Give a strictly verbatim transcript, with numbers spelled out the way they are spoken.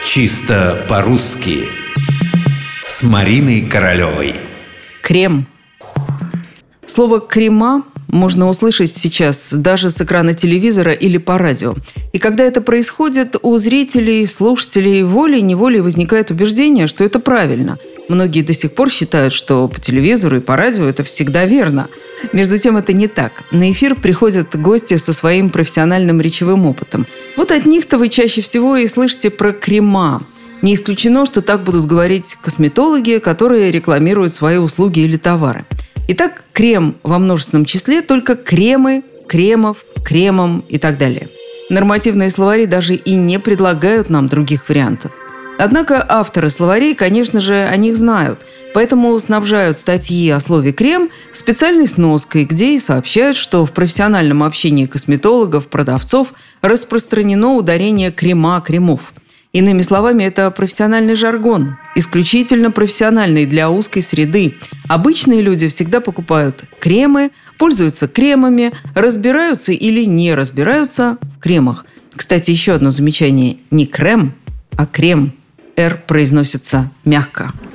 Чисто по-русски с Мариной Королевой. Крем. Слово «крема» можно услышать сейчас даже с экрана телевизора или по радио. И когда это происходит, у зрителей, слушателей волей-неволей возникает убеждение, что это правильно. Многие до сих пор считают, что по телевизору и по радио это всегда верно. Между тем, это не так. На эфир приходят гости со своим профессиональным речевым опытом. Вот от них-то вы чаще всего и слышите про крема. Не исключено, что так будут говорить косметологи, которые рекламируют свои услуги или товары. Итак, крем во множественном числе, только кремы, кремов, кремом и так далее. Нормативные словари даже и не предлагают нам других вариантов. Однако авторы словарей, конечно же, о них знают, поэтому снабжают статьи о слове «крем» специальной сноской, где и сообщают, что в профессиональном общении косметологов, продавцов распространено ударение «крема», «кремов». Иными словами, это профессиональный жаргон, исключительно профессиональный для узкой среды. Обычные люди всегда покупают кремы, пользуются кремами, разбираются или не разбираются в кремах. Кстати, еще одно замечание. Не крем, а крем. «Р» произносится мягко.